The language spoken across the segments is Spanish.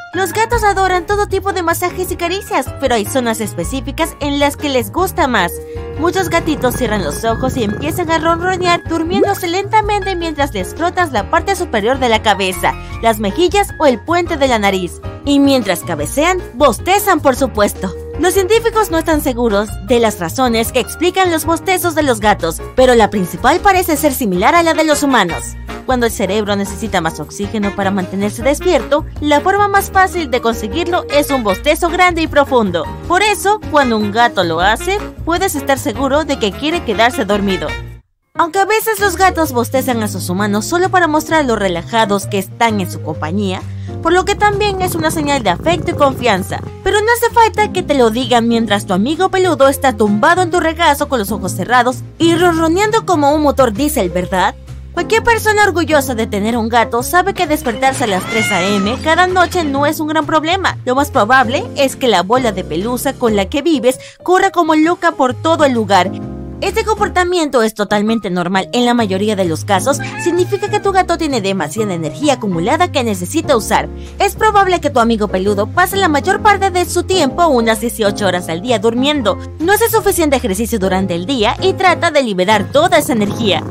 Los gatos adoran todo tipo de masajes y caricias, pero hay zonas específicas en las que les gusta más. Muchos gatitos cierran los ojos y empiezan a ronronear durmiéndose lentamente mientras les frotas la parte superior de la cabeza, las mejillas o el puente de la nariz. Y mientras cabecean, bostezan por supuesto. Los científicos no están seguros de las razones que explican los bostezos de los gatos, pero la principal parece ser similar a la de los humanos. Cuando el cerebro necesita más oxígeno para mantenerse despierto, la forma más fácil de conseguirlo es un bostezo grande y profundo. Por eso, cuando un gato lo hace, puedes estar seguro de que quiere quedarse dormido. Aunque a veces los gatos bostezan a sus humanos solo para mostrar lo relajados que están en su compañía, por lo que también es una señal de afecto y confianza. Pero no hace falta que te lo digan mientras tu amigo peludo está tumbado en tu regazo con los ojos cerrados y ronroneando como un motor diésel, ¿verdad? Cualquier persona orgullosa de tener un gato sabe que despertarse a las 3 a.m. cada noche no es un gran problema. Lo más probable es que la bola de pelusa con la que vives corra como loca por todo el lugar. Este comportamiento es totalmente normal en la mayoría de los casos, significa que tu gato tiene demasiada energía acumulada que necesita usar. Es probable que tu amigo peludo pase la mayor parte de su tiempo, unas 18 horas al día, durmiendo. No hace suficiente ejercicio durante el día y trata de liberar toda esa energía.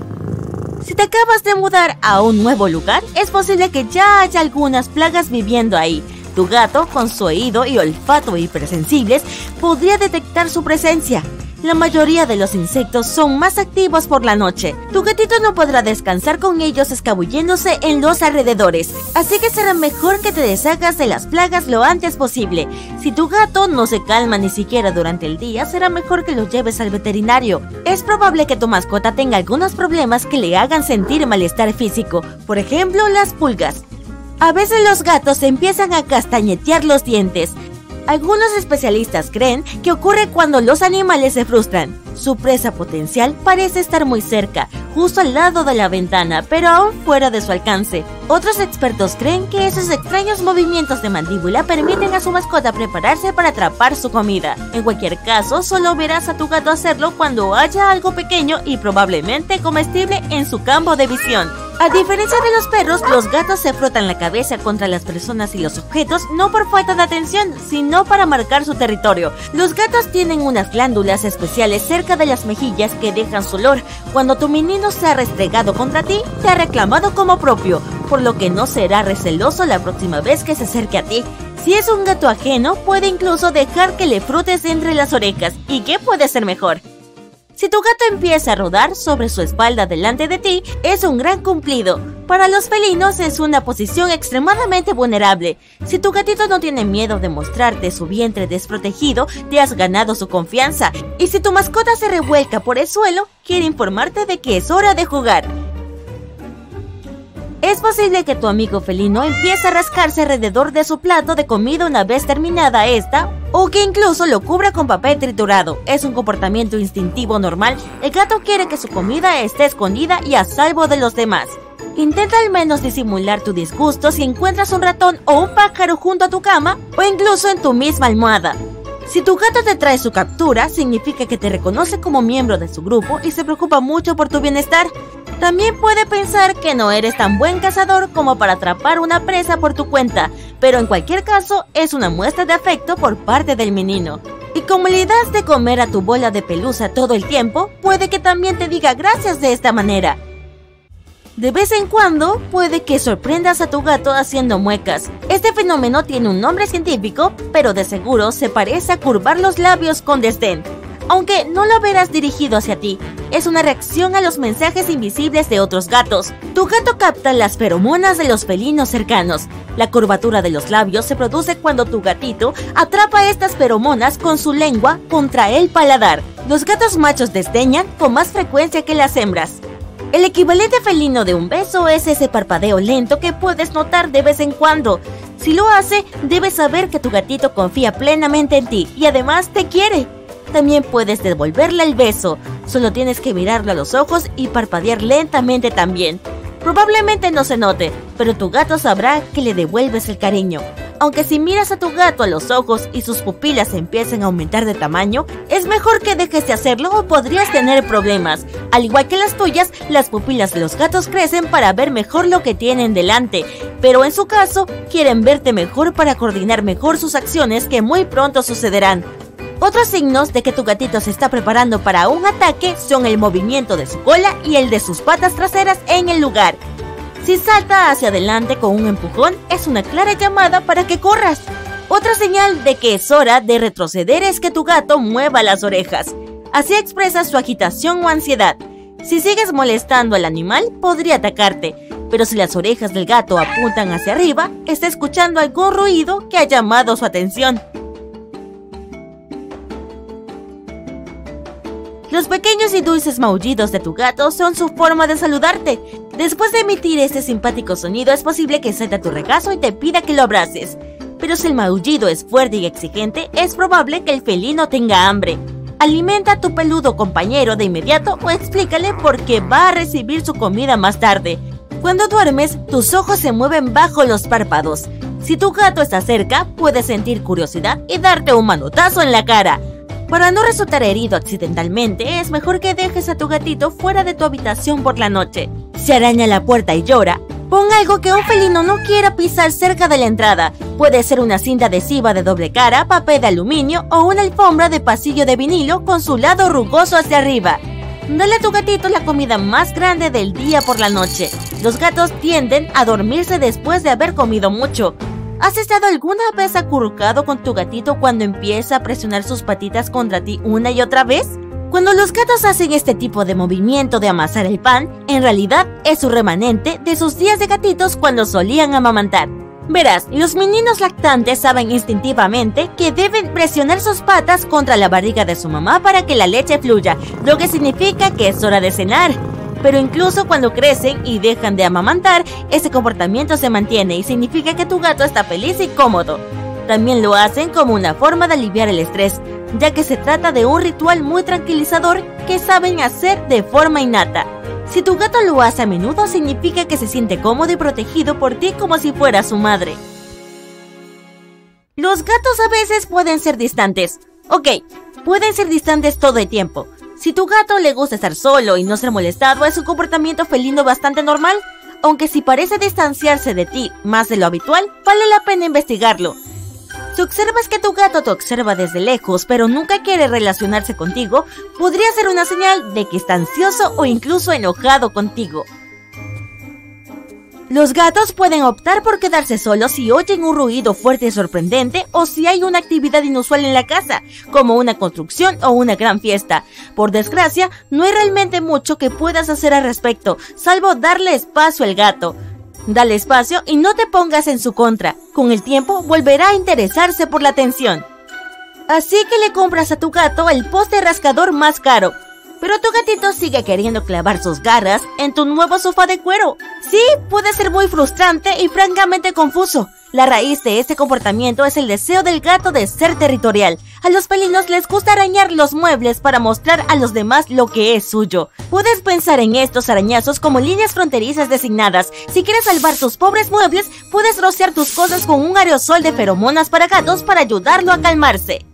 Si te acabas de mudar a un nuevo lugar, es posible que ya haya algunas plagas viviendo ahí. Tu gato, con su oído y olfato hipersensibles, podría detectar su presencia. La mayoría de los insectos son más activos por la noche. Tu gatito no podrá descansar con ellos escabulléndose en los alrededores, así que será mejor que te deshagas de las plagas lo antes posible. Si tu gato no se calma ni siquiera durante el día, será mejor que lo lleves al veterinario. Es probable que tu mascota tenga algunos problemas que le hagan sentir malestar físico, por ejemplo, las pulgas. A veces los gatos empiezan a castañetear los dientes. Algunos especialistas creen que ocurre cuando los animales se frustran. Su presa potencial parece estar muy cerca, justo al lado de la ventana, pero aún fuera de su alcance. Otros expertos creen que esos extraños movimientos de mandíbula permiten a su mascota prepararse para atrapar su comida. En cualquier caso, solo verás a tu gato hacerlo cuando haya algo pequeño y probablemente comestible en su campo de visión. A diferencia de los perros, los gatos se frotan la cabeza contra las personas y los objetos no por falta de atención, sino para marcar su territorio. Los gatos tienen unas glándulas especiales cerca de las mejillas que dejan su olor. Cuando tu menino se ha restregado contra ti, te ha reclamado como propio, por lo que no será receloso la próxima vez que se acerque a ti. Si es un gato ajeno, puede incluso dejar que le frotes entre las orejas. ¿Y qué puede ser mejor? Si tu gato empieza a rodar sobre su espalda delante de ti, es un gran cumplido. Para los felinos es una posición extremadamente vulnerable. Si tu gatito no tiene miedo de mostrarte su vientre desprotegido, te has ganado su confianza. Y si tu mascota se revuelca por el suelo, quiere informarte de que es hora de jugar. Es posible que tu amigo felino empiece a rascarse alrededor de su plato de comida una vez terminada esta, o que incluso lo cubra con papel triturado. Es un comportamiento instintivo normal. El gato quiere que su comida esté escondida y a salvo de los demás. Intenta al menos disimular tu disgusto si encuentras un ratón o un pájaro junto a tu cama o incluso en tu misma almohada. Si tu gato te trae su captura, significa que te reconoce como miembro de su grupo y se preocupa mucho por tu bienestar. También puede pensar que no eres tan buen cazador como para atrapar una presa por tu cuenta, pero en cualquier caso es una muestra de afecto por parte del menino. Y como le das de comer a tu bola de pelusa todo el tiempo, puede que también te diga gracias de esta manera. De vez en cuando, puede que sorprendas a tu gato haciendo muecas. Este fenómeno tiene un nombre científico, pero de seguro se parece a curvar los labios con desdén. Aunque no lo verás dirigido hacia ti, es una reacción a los mensajes invisibles de otros gatos. Tu gato capta las feromonas de los felinos cercanos. La curvatura de los labios se produce cuando tu gatito atrapa estas feromonas con su lengua contra el paladar. Los gatos machos desdeñan con más frecuencia que las hembras. El equivalente felino de un beso es ese parpadeo lento que puedes notar de vez en cuando. Si lo hace, debes saber que tu gatito confía plenamente en ti y además te quiere. También puedes devolverle el beso, solo tienes que mirarlo a los ojos y parpadear lentamente también. Probablemente no se note, pero tu gato sabrá que le devuelves el cariño. Aunque si miras a tu gato a los ojos y sus pupilas empiezan a aumentar de tamaño, es mejor que dejes de hacerlo o podrías tener problemas. Al igual que las tuyas, las pupilas de los gatos crecen para ver mejor lo que tienen delante, pero en su caso, quieren verte mejor para coordinar mejor sus acciones que muy pronto sucederán. Otros signos de que tu gatito se está preparando para un ataque son el movimiento de su cola y el de sus patas traseras en el lugar. Si salta hacia adelante con un empujón, es una clara llamada para que corras. Otra señal de que es hora de retroceder es que tu gato mueva las orejas. Así expresa su agitación o ansiedad. Si sigues molestando al animal, podría atacarte, pero si las orejas del gato apuntan hacia arriba, está escuchando algún ruido que ha llamado su atención. Los pequeños y dulces maullidos de tu gato son su forma de saludarte. Después de emitir este simpático sonido, es posible que salte a tu regazo y te pida que lo abraces. Pero si el maullido es fuerte y exigente, es probable que el felino tenga hambre. Alimenta a tu peludo compañero de inmediato o explícale por qué va a recibir su comida más tarde. Cuando duermes, tus ojos se mueven bajo los párpados. Si tu gato está cerca, puedes sentir curiosidad y darte un manotazo en la cara. Para no resultar herido accidentalmente, es mejor que dejes a tu gatito fuera de tu habitación por la noche. Si araña la puerta y llora, pon algo que un felino no quiera pisar cerca de la entrada. Puede ser una cinta adhesiva de doble cara, papel de aluminio o una alfombra de pasillo de vinilo con su lado rugoso hacia arriba. Dale a tu gatito la comida más grande del día por la noche. Los gatos tienden a dormirse después de haber comido mucho. ¿Has estado alguna vez acurrucado con tu gatito cuando empieza a presionar sus patitas contra ti una y otra vez? Cuando los gatos hacen este tipo de movimiento de amasar el pan, en realidad es su remanente de sus días de gatitos cuando solían amamantar. Verás, los meninos lactantes saben instintivamente que deben presionar sus patas contra la barriga de su mamá para que la leche fluya, lo que significa que es hora de cenar. Pero incluso cuando crecen y dejan de amamantar, ese comportamiento se mantiene y significa que tu gato está feliz y cómodo. También lo hacen como una forma de aliviar el estrés, ya que se trata de un ritual muy tranquilizador que saben hacer de forma innata. Si tu gato lo hace a menudo, significa que se siente cómodo y protegido por ti como si fuera su madre. Los gatos a veces pueden ser distantes. Ok, pueden ser distantes todo el tiempo. Si tu gato le gusta estar solo y no ser molestado, es un comportamiento felino bastante normal, aunque si parece distanciarse de ti más de lo habitual, vale la pena investigarlo. Si observas que tu gato te observa desde lejos, pero nunca quiere relacionarse contigo, podría ser una señal de que está ansioso o incluso enojado contigo. Los gatos pueden optar por quedarse solos si oyen un ruido fuerte y sorprendente o si hay una actividad inusual en la casa, como una construcción o una gran fiesta. Por desgracia, no hay realmente mucho que puedas hacer al respecto, salvo darle espacio al gato. Dale espacio y no te pongas en su contra. Con el tiempo, volverá a interesarse por la atención. Así que le compras a tu gato el poste rascador más caro. Pero tu gatito sigue queriendo clavar sus garras en tu nuevo sofá de cuero. Sí, puede ser muy frustrante y francamente confuso. La raíz de este comportamiento es el deseo del gato de ser territorial. A los felinos les gusta arañar los muebles para mostrar a los demás lo que es suyo. Puedes pensar en estos arañazos como líneas fronterizas designadas. Si quieres salvar tus pobres muebles, puedes rociar tus cosas con un aerosol de feromonas para gatos para ayudarlo a calmarse.